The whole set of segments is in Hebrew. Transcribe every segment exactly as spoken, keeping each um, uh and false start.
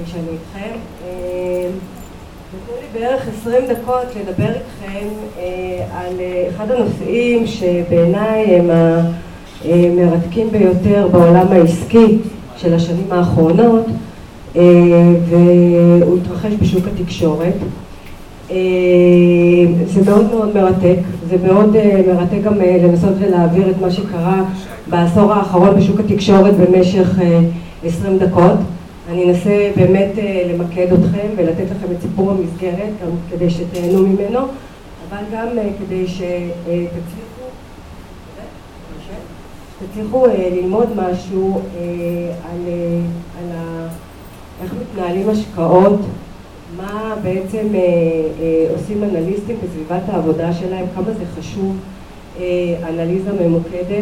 שאני איתכם. נתנו לי בערך עשרים דקות לדבר איתכם על אחד הנושאים שבעיניי הם המרתקים ביותר בעולם העסקי של השנים האחרונות, והוא התרחש בשוק התקשורת. זה מאוד מאוד מרתק, זה מאוד מרתק גם לנסות ולהעביר את מה שקרה בעשור האחרון בשוק התקשורת במשך עשרים דקות. אני אנסה באמת למקד אתכם ולתת לכם את סיפור המסגרת, גם כדי שתהנו ממנו, אבל גם כדי שתצליחו, תצליחו ללמוד משהו על, על איך מתנהלים השקעות, מה בעצם עושים אנליסטים בסביבת העבודה שלהם, כמה זה חשוב, אנליזה ממוקדת.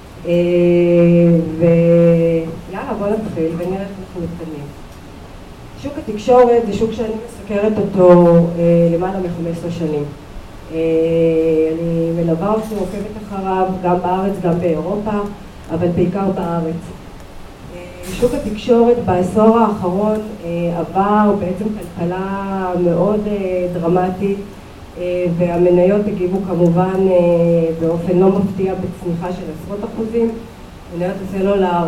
ויאללה, בוא נתחיל ונראה איך אנחנו מתקדמים. שוק התקשורת זה שוק שאני מסקרת אותו למעלה מ-חמש עשרה שנים. אני מלווה אותו, עוקבת אחריו גם בארץ, גם באירופה, אבל בעיקר בארץ. שוק התקשורת בעשור האחרון עבר בעצם כלכלה מאוד דרמטית, והמניות הגיבו כמובן באופן לא מפתיע בצמיחה של עשרות אחוזים. מניות הסלולר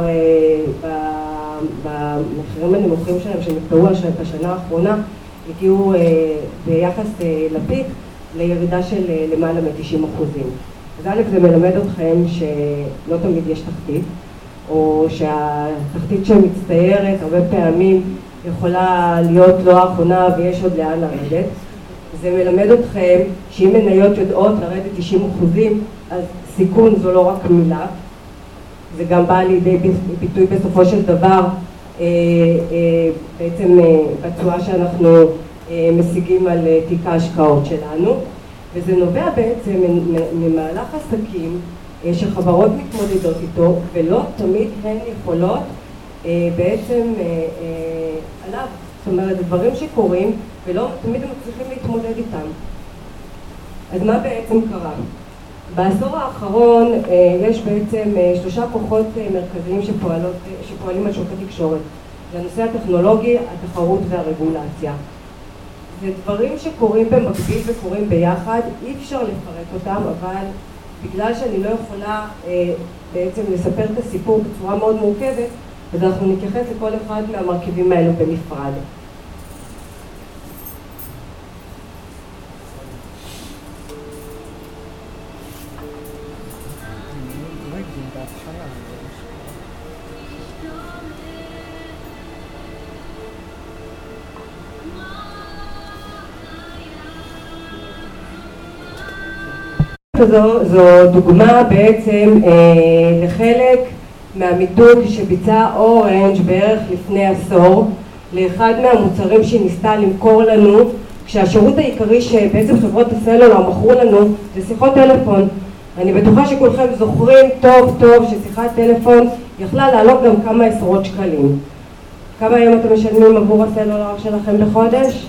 במחירים הנמוכים שלהם שנקטעו בשנה האחרונה הגיעו ביחס לפיק לירידה של למעלה מ-תשעים אחוזים. אז א', זה מלמד אתכם שלא תמיד יש תחתית, או שהתחתית שמצטיירת הרבה פעמים יכולה להיות לא האחרונה ויש עוד לאן לרדת. זה מלמד אתכם שאם מניות יודעות לרדת תשעים אחוזים, אז סיכון זו לא רק מילה, זה גם בא לידי ביטוי בסופו של דבר אה, אה, בעצם אה, בתשואה שאנחנו אה, משיגים על אה, תיק ההשקעות שלנו, וזה נובע בעצם ממהלך עסקים אה, שחברות מתמודדות איתו, ולא תמיד הן יכולות אה, בעצם אה, אה, עליו, זאת אומרת, דברים שקורים ולא תמיד הם מצליחים להתמודד איתם. אז מה בעצם קרה? בעשור האחרון יש בעצם שלושה כוחות מרכזיים שפועלות, שפועלים על שוק התקשורת. זה הנושא הטכנולוגי, התחרות והרגולציה. זה דברים שקורים במקביל וקורים ביחד, אי אפשר לפרט אותם, אבל בגלל שאני לא יכולה בעצם לספר את הסיפור בצורה מאוד מורכבת, אז אנחנו נתייחס לכל אחד מהמרכיבים האלו בנפרד. זו, זו דוגמה בעצם אה, לחלק מהמיתוג שביצע אורנג' בערך לפני עשור לאחד מהמוצרים שניסתה למכור לנו, כשהשירות העיקרי שבעצם חברות הסלולר מכרו לנו זה שיחות טלפון. אני בטוחה שכולכם זוכרים טוב טוב ששיחת טלפון יכלה לעלות גם כמה עשרות שקלים. כמה היום אתם משלמים עבור הסלולר שלכם בחודש?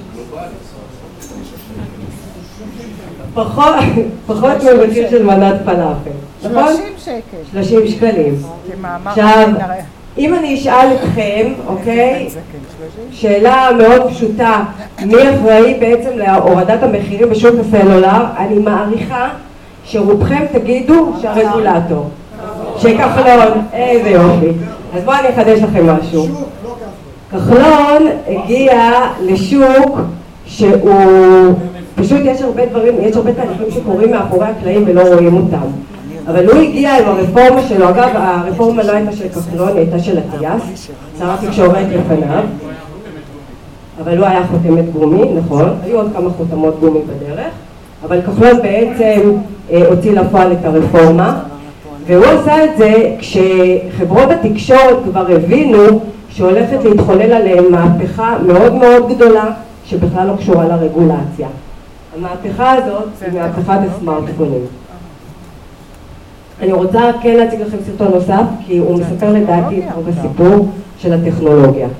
פחות, פחות ממחיר של מנת פלאפל, נכון? שלושים שקל. שלושים שקלים. עכשיו, אם אני אשאל אתכם, אוקיי, שאלה מאוד פשוטה, מי אחראי בעצם להורדת המחירים בשוק הסלולר, אני מעריכה שרובכם תגידו שהרגולטור, שכחלון, איזה יופי. אז בואו אני אחדש לכם משהו. כחלון הגיע לשוק שהוא, פשוט יש הרבה דברים, יש הרבה תהליכים שקורים מאחורי הקלעים ולא רואים אותם. אבל הוא הגיע עם הרפורמה שלו, אגב הרפורמה לא הייתה של כחלון, היא הייתה של אטיאס, שר התקשורת לפניו, אבל הוא היה חותמת גומי, נכון? היו עוד כמה חותמות גומי בדרך, אבל כחלון בעצם אה, הוציא לפועל את הרפורמה, והוא עושה את זה כשחברות התקשורת כבר הבינו שהולכת להתחולל עליהם מהפכה מאוד מאוד גדולה, שבכלל לא קשורה לרגולציה. המהפכה הזאת היא מהפכת הסמארטפונים. אני רוצה כן להציג לכם סרטון נוסף, כי הוא מספר לדעתי את רוב הסיפור של הטכנולוגיה.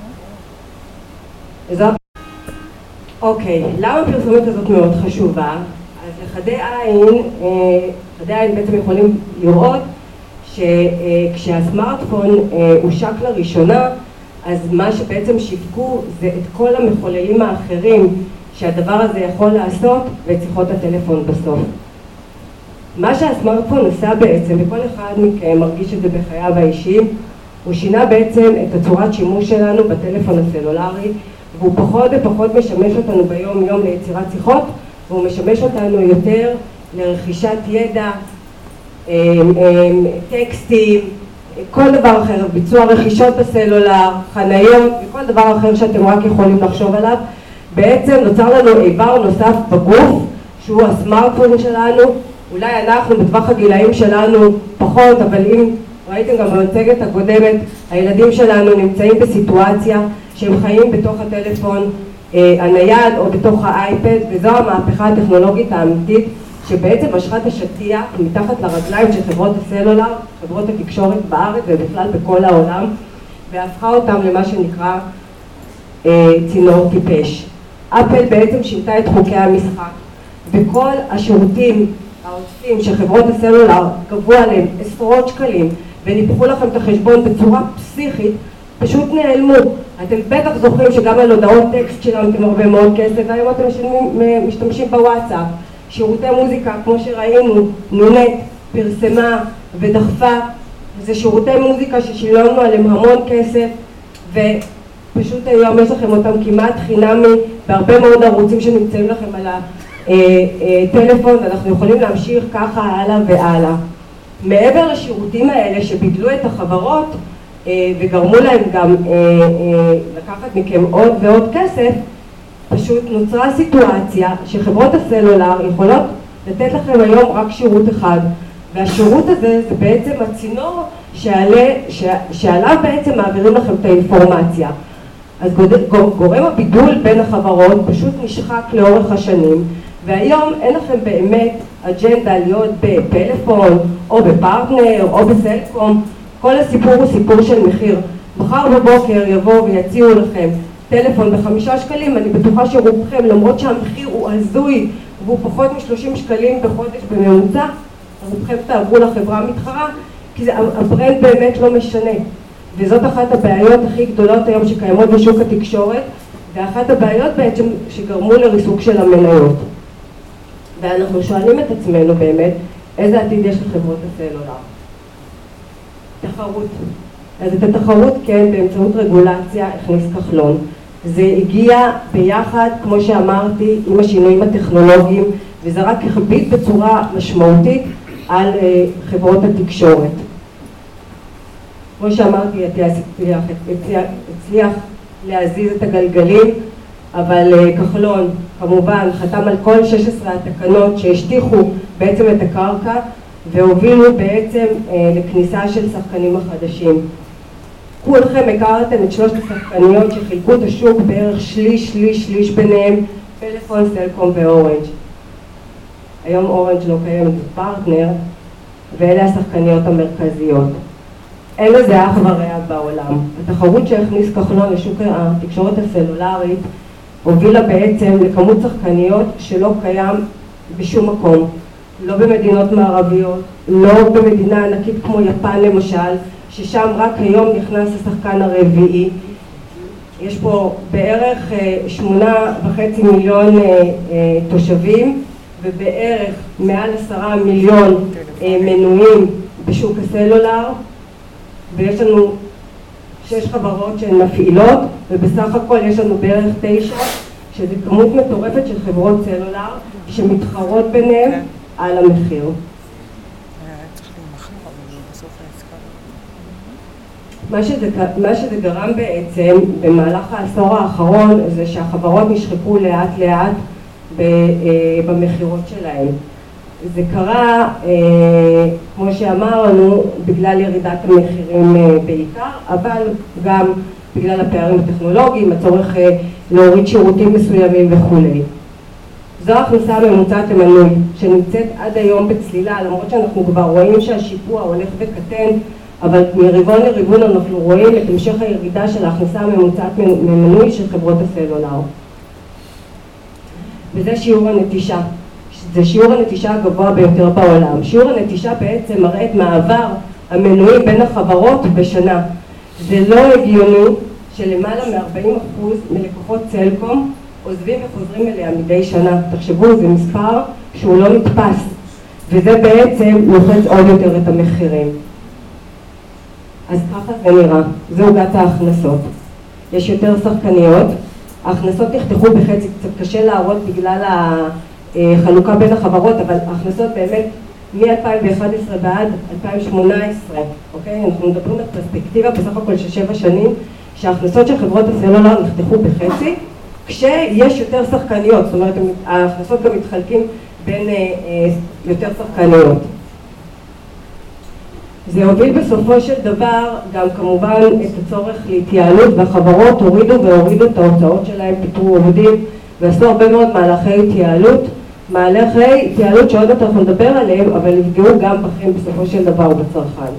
אוקיי, למה הפרסומת הזאת מאוד חשובה? אז לחדי עין, חדי עין בעצם יכולים לראות שכשהסמארטפון הושק לראשונה, אז מה שבעצם שיווקו זה את כל המחוללים האחרים שהדבר הזה יכול לעשות ואת שיחות הטלפון בסוף. מה שהסמארטפון עושה בעצם, וכל אחד מכם מרגיש את זה בחייו האישיים, הוא שינה בעצם את הצורת שימוש שלנו בטלפון הסלולרי, והוא פחות ופחות משמש אותנו ביום יום ליצירת שיחות, והוא משמש אותנו יותר לרכישת ידע, טקסטים, כל דבר אחר, ביצוע רכישות בסלולר, חניות וכל דבר אחר שאתם רק יכולים לחשוב עליו. בעצם נוצר לנו איבר נוסף בגוף שהוא הסמארטפון שלנו. אולי אנחנו בטווח הגילאים שלנו פחות, אבל אם ראיתם גם במצגת הקודמת, הילדים שלנו נמצאים בסיטואציה שהם חיים בתוך הטלפון אה, הנייד או בתוך האייפד, וזו המהפכה הטכנולוגית האמיתית שבעצם משכה את השטיח מתחת לרגליים של חברות הסלולר, חברות התקשורת בארץ ובכלל בכל העולם, והפכה אותם למה שנקרא אה, צינור טיפש. אפל בעצם שינתה את חוקי המשחק, וכל השירותים העודפים שחברות הסלולר גבו עליהם עשרות שקלים וניפחו לכם את החשבון בצורה פסיכית, פשוט נעלמו. אתם בטח זוכרים שגם על הודעות טקסט שילמתם הרבה מאוד כסף, והיום אתם משלמים, משתמשים בוואטסאפ. שירותי מוזיקה, כמו שראינו, נונט פרסמה ודחפה, זה שירותי מוזיקה ששילמנו עליהם המון כסף, ופשוט היום יש לכם אותם כמעט חינמי בהרבה מאוד ערוצים שנמצאים לכם על הטלפון, ואנחנו יכולים להמשיך ככה הלאה והלאה. מעבר לשירותים האלה שבידלו את החברות וגרמו להם גם לקחת מכם עוד ועוד כסף, פשוט נוצרה סיטואציה שחברות הסלולר יכולות לתת לכם היום רק שירות אחד, והשירות הזה זה בעצם הצינור שעלה, ש, שעליו בעצם מעבירים לכם את האינפורמציה. אז גורם הבידול בין החברות פשוט נשחק לאורך השנים, והיום אין לכם באמת אג'נדה להיות בפלאפון או בפרטנר או בסלקום. כל הסיפור הוא סיפור של מחיר. מחר בבוקר יבואו ויציעו לכם טלפון בחמישה שקלים, אני בטוחה שרובכם, למרות שהמחיר הוא הזוי והוא פחות משלושים שקלים בחודש בממוצע, רובכם תעברו לחברה המתחרה, כי זה, הברנד באמת לא משנה. וזאת אחת הבעיות הכי גדולות היום שקיימות בשוק התקשורת, ואחת הבעיות בעצם שגרמו לריסוק של המניות. ואנחנו שואלים את עצמנו באמת, איזה עתיד יש לחברות הסלולר? תחרות. אז את התחרות כן, באמצעות רגולציה, הכניס כחלון. זה הגיע ביחד, כמו שאמרתי, עם השינויים הטכנולוגיים, וזה רק הכביד בצורה משמעותית על uh, חברות התקשורת. כמו שאמרתי, הצליח, הצליח, הצליח להזיז את הגלגלים, אבל uh, כחלון כמובן חתם על כל שש עשרה התקנות שהשטיחו בעצם את הקרקע, והובילו בעצם uh, לכניסה של שחקנים החדשים. כולכם הכרתם את שלושת השחקניות שחילקו את השוק בערך שליש, שליש, שליש ביניהם, פלאפון, סלקום ואורנג'. היום אורנג' לא קיימת פרטנר, ואלה השחקניות המרכזיות. אין לזה אח ורע בעולם. התחרות שהכניס כחלון לשוק התקשורת הסלולרית הובילה בעצם לכמות שחקניות שלא קיים בשום מקום. לא במדינות מערביות, לא במדינה ענקית כמו יפן למשל, ששם רק היום נכנס השחקן הרביעי. יש פה בערך שמונה וחצי מיליון תושבים ובערך מעל עשרה מיליון מנויים בשוק הסלולר, ויש לנו שש חברות שהן מפעילות, ובסך הכל יש לנו בערך תשע, שזה כמות מטורפת של חברות סלולר שמתחרות ביניהם על המחיר. מה שזה, מה שזה גרם בעצם במהלך העשור האחרון זה שהחברות נשחקו לאט לאט במחירות שלהם. זה קרה, כמו שאמרנו, בגלל ירידת המחירים בעיקר, אבל גם בגלל הפערים הטכנולוגיים, הצורך להוריד שירותים מסוימים וכו'. זו ההכנסה הממוצעת למנוי, שנמצאת עד היום בצלילה, למרות שאנחנו כבר רואים שהשיפוע הולך וקטן, אבל מרבעון לרבעון אנחנו רואים את המשך הירידה של ההכנסה הממוצעת ממנוי של חברות הסלולר. וזה שיעור הנטישה. זה שיעור הנטישה הגבוה ביותר בעולם. שיעור הנטישה בעצם מראה את מעבר המנויים בין החברות בשנה. זה לא הגיוני שלמעלה מ-ארבעים אחוז מלקוחות סלקום עוזבים וחוזרים אליה מדי שנה. תחשבו, זה מספר שהוא לא נתפס, וזה בעצם לוחץ עוד יותר את המחירים. אז ככה זה נראה, זה עוגת ההכנסות. יש יותר שחקניות, ההכנסות נחתכו בחצי, קצת קשה להראות בגלל החלוקה בין החברות, אבל ההכנסות באמת מ-אלפיים ואחת עשרה ועד אלפיים שמונה עשרה, אוקיי? אנחנו מדברים על פרספקטיבה בסך הכל של שבע שנים, שההכנסות של חברות הסלולר נחתכו בחצי, כשיש יותר שחקניות, זאת אומרת, ההכנסות גם מתחלקים בין אה, אה, יותר שחקניות. זה הוביל בסופו של דבר גם כמובן את הצורך להתייעלות, והחברות הורידו והורידו את ההוצאות שלהם, פיטרו עובדים ועשו הרבה מאוד מהלכי התייעלות, מהלכי התייעלות שעוד יותר אנחנו נדבר עליהם, אבל יפגעו גם בכם בסופו של דבר בצרכן.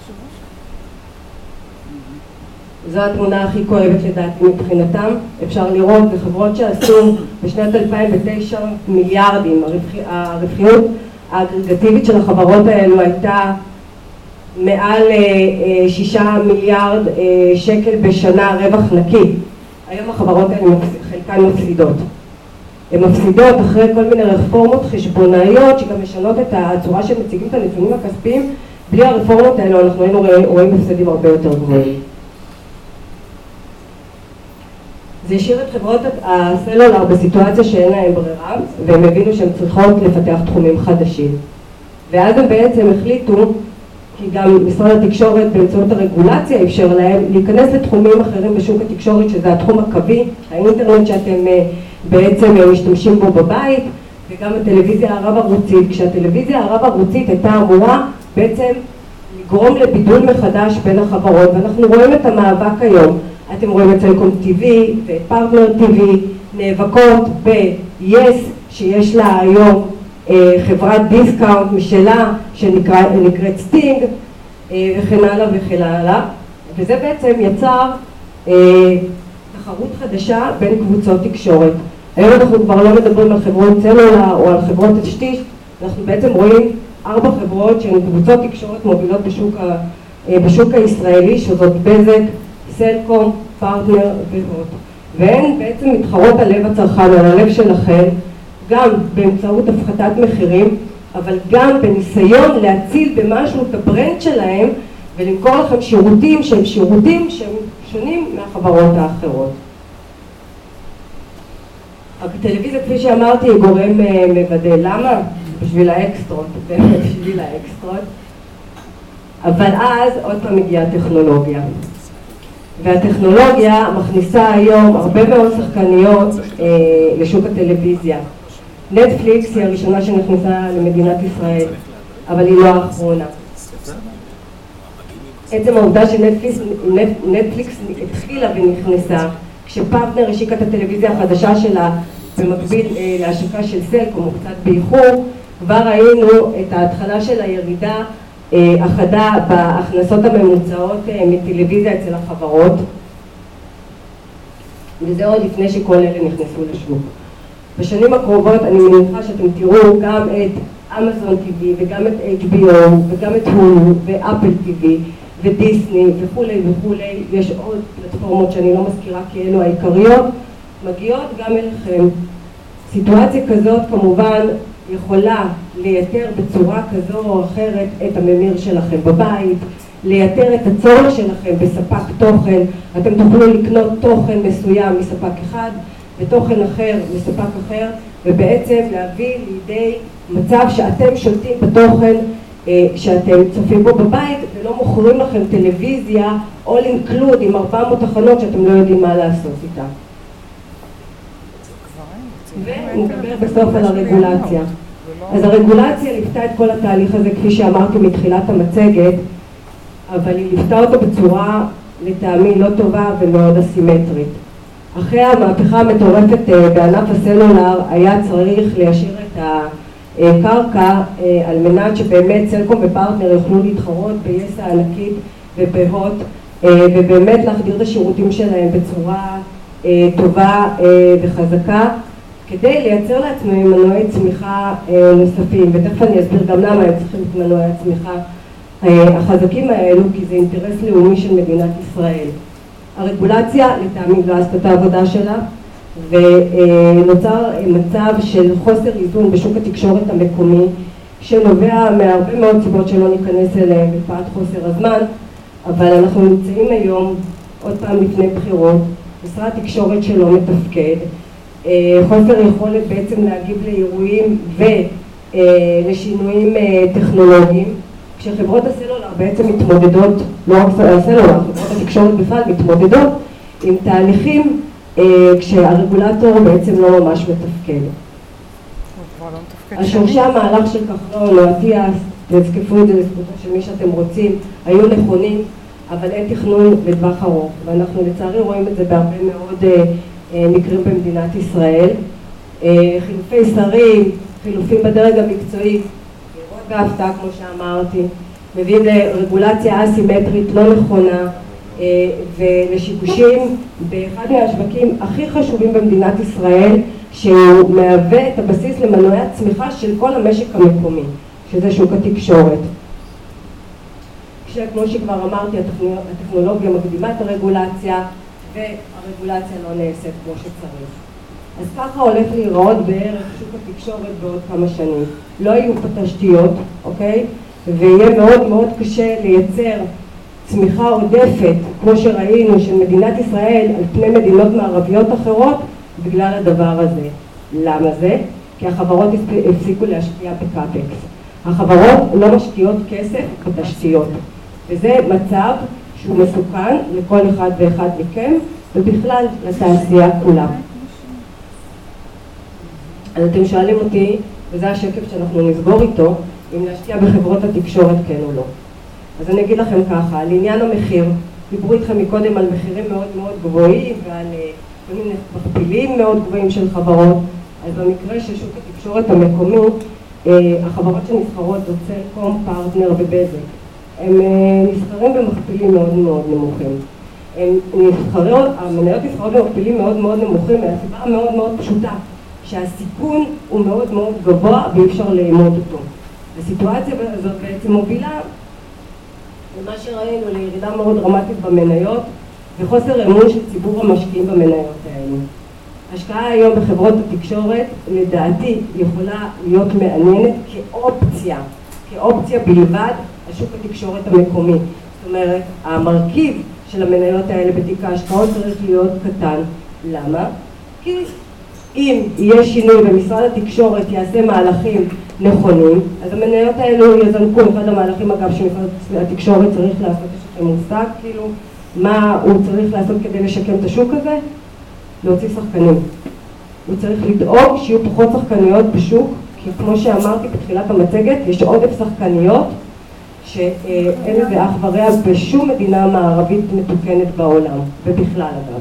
זו התמונה הכי כואבת לדעתי מבחינתם. אפשר לראות בחברות שעשו בשנת אלפיים ותשע מיליארדים, הרווחיות האגרגטיבית של החברות האלו הייתה מעל שישה מיליארד שקל בשנה רווח נקי. היום החברות האלה חלקן מפסידות. הן מפסידות אחרי כל מיני רפורמות חשבונאיות שגם משנות את הצורה שמציגים את הנתונים הכספיים. בלי הרפורמות האלו אנחנו היינו רואים מפסדים הרבה יותר גבוהים. זה השאיר את חברות הסלולר בסיטואציה שאין להם ברירה, והם הבינו שהן צריכות לפתח תחומים חדשים. ואז הם בעצם החליטו, כי גם משרד התקשורת באמצעות הרגולציה אפשר להם להיכנס לתחומים אחרים בשוק התקשורת, שזה התחום הקווי, האינטרנט שאתם בעצם משתמשים בו בבית, וגם הטלוויזיה הרב-ערוצית. כשהטלוויזיה הרב-ערוצית הייתה אמורה בעצם לגרום לבידול מחדש בין החברות, ואנחנו רואים את המאבק היום. אתם רואים את סלקום טי וי ואת פרטנר טי וי נאבקות ב-יס, שיש לה היום אה, חברת דיסקאונט משלה שנקראת סטינג, אה, וכן הלאה וכן הלאה. וזה בעצם יצר אה, תחרות חדשה בין קבוצות תקשורת. היום אנחנו כבר לא מדברים על חברות סלולר או על חברות תשתית, אנחנו בעצם רואים ארבע חברות שהן קבוצות תקשורת מובילות בשוק, ה, אה, בשוק הישראלי, שזאת בזק, סלקום, פרטנר והוט. והן בעצם מתחרות על לב הצרכן, על הלב שלכם, גם באמצעות הפחתת מחירים, אבל גם בניסיון להציל במשהו את הברנד שלהם ולמכור לכם שירותים שהם שירותים שהם שונים מהחברות האחרות. הטלוויזיה, כפי שאמרתי, היא גורם מוודא. למה? בשביל האקסטרות, באמת בשביל האקסטרות. אבל אז עוד פעם הגיעה טכנולוגיה. והטכנולוגיה מכניסה היום הרבה מאוד שחקניות אה, לשוק הטלוויזיה. נטפליקס היא הראשונה שנכנסה למדינת ישראל, אבל היא לא האחרונה. עצם העובדה שנטפליקס התחילה ונכנסה, כשפרטנר השיקה את הטלוויזיה החדשה שלה במקביל אה, להשקה של סלקום, או קצת באיחור, כבר ראינו את ההתחלה של הירידה החדה בהכנסות הממוצעות מטלוויזיה אצל החברות, וזה עוד לפני שכל אלה נכנסו לשוק. בשנים הקרובות אני מניחה שאתם תראו גם את אמזון טי וי וגם את אייץ' בי או וגם את הולו ואפל טי וי ודיסני וכולי וכולי. יש עוד פלטפורמות שאני לא מזכירה כי אלו העיקריות, מגיעות גם אליכם. סיטואציה כזאת כמובן יכולה לייתר בצורה כזו או אחרת את הממיר שלכם בבית, לייתר את הצורך שלכם בספק תוכן. אתם תוכלו לקנות תוכן מסוים מספק אחד ותוכן אחר מספק אחר, ובעצם להביא לידי מצב שאתם שולטים בתוכן אה, שאתם צופים בו בבית, ולא מוכרים לכם טלוויזיה all include עם ארבע מאות תחנות שאתם לא יודעים מה לעשות איתה. ונדבר בסוף על הרגולציה. אז הרגולציה ליוותה את כל התהליך הזה, כפי שאמרתי מתחילת המצגת, אבל היא ליוותה אותו בצורה לטעמי לא טובה ומאוד אסימטרית. אחרי המהפכה המטורפת בענף הסלולר היה צריך ליישר את הקרקע על מנת שבאמת סלקום ופרטנר יוכלו להתחרות ב-יס הענקית ובהוט, ובאמת להחדיר את השירותים שלהם בצורה טובה וחזקה, כדי לייצר לעצמם מנועי צמיחה נוספים, ותכף אני אסביר גם למה הם צריכים את מנועי הצמיחה החזקים האלו, כי זה אינטרס לאומי של מדינת ישראל. הרגולציה לטעמי לא עשתה את העבודה שלה, ונוצר מצב של חוסר איזון בשוק התקשורת המקומי, שנובע מהרבה מאוד סיבות שלא ניכנס אליהן מפאת חוסר הזמן, אבל אנחנו נמצאים היום עוד פעם לפני בחירות, משרד התקשורת שלא מתפקד, חוסר יכולת בעצם להגיב לאירועים ולשינויים טכנולוגיים, כשחברות הסלולר בעצם מתמודדות, לא רק הסלולר, חברות התקשורת בכלל מתמודדות עם תהליכים כשהרגולטור בעצם לא ממש מתפקד. השורשי המהלך של כחלון או אטיאס, תזקפו את זה לזכותו של מי שאתם רוצים, היו נכונים, אבל אין תכנון לטווח ארוך, ואנחנו לצערי רואים את זה בהרבה מאוד מקרים במדינת ישראל. חילופי שרים, חילופים בדרג המקצועי, לראות בהפתעה כמו שאמרתי, מביאים לרגולציה אסימטרית לא נכונה ולשיבושים באחד מהשווקים הכי חשובים במדינת ישראל, שהוא מהווה את הבסיס למנועי הצמיחה של כל המשק המקומי, שזה שוק התקשורת. כשכמו שכבר אמרתי, הטכנולוגיה מקדימה את הרגולציה והרגולציה לא נעשית כמו שצריך. אז ככה הולך להיראות בערך שוק התקשורת בעוד כמה שנים. לא יהיו פה תשתיות, אוקיי? ויהיה מאוד מאוד קשה לייצר צמיחה עודפת, כמו שראינו, של מדינת ישראל על פני מדינות מערביות אחרות, בגלל הדבר הזה. למה זה? כי החברות הפסיקו להשקיע בקאפקס. החברות לא משקיעות כסף בתשתיות. וזה מצב שהוא מסוכן לכל אחד ואחד מכם, ובכלל לתעשייה כולה. אז אתם שואלים אותי, וזה השקף שאנחנו נסגור איתו, אם להשקיע בחברות התקשורת כן או לא. אז אני אגיד לכם ככה, על עניין המחיר, דיברו איתכם מקודם על מחירים מאוד מאוד גבוהים ועל כל מיני מכפילים מאוד גבוהים של חברות. אז במקרה של שוק התקשורת המקומי, החברות שנסחרות זאת סלקום, פרטנר ובזק, הם נסחרים במכפילים מאוד מאוד נמוכים. הם נסחרות, המניות נסחרות במכפילים מאוד מאוד נמוכים, מהסיבה מאוד מאוד פשוטה, שהסיכון הוא מאוד מאוד גבוה ואי אפשר לאמוד אותו. הסיטואציה הזאת בעצם מובילה למה שראינו, לירידה מאוד דרמטית במניות וחוסר אמון של ציבור המשקיעים במניות האלה. השקעה היום בחברות התקשורת לדעתי יכולה להיות מעניינת כאופציה, כאופציה בלבד על שוק התקשורת המקומי. זאת אומרת, המרכיב של המניות האלה בתיק ההשקעות צריך להיות קטן. למה? כי אם יהיה שינוי ומשרד התקשורת יעשה מהלכים נכונים, אז המניות האלו יזנקו. אחד המהלכים אגב שמשרד התקשורת צריך לעשות, יש לכם מושג כאילו מה הוא צריך לעשות כדי לשקם את השוק הזה? להוציא שחקנים. הוא צריך לדאוג שיהיו פחות שחקניות בשוק, כי כמו שאמרתי בתחילת המצגת, יש עודף שחקניות שאין לזה אח ורע בשום מדינה מערבית מתוקנת בעולם, ובכלל אגב.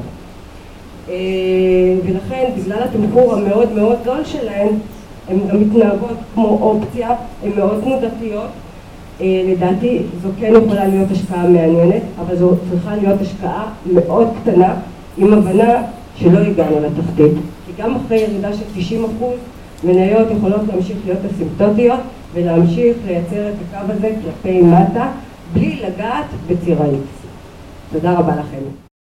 ולכן בגלל התמחור המאוד מאוד זול שלהן, הן גם מתנהגות כמו אופציה, הן מאוד תנודתיות. לדעתי זו כן יכולה להיות השקעה מעניינת, אבל זו צריכה להיות השקעה מאוד קטנה, עם הבנה שלא הגענו לתחתית. כי גם אחרי ירידה של תשעים אחוז, מניות יכולות להמשיך להיות אסימפטוטיות, ולהמשיך לייצר את הקו הזה כלפי מטה, בלי לגעת בציר ה-X. תודה רבה לכם.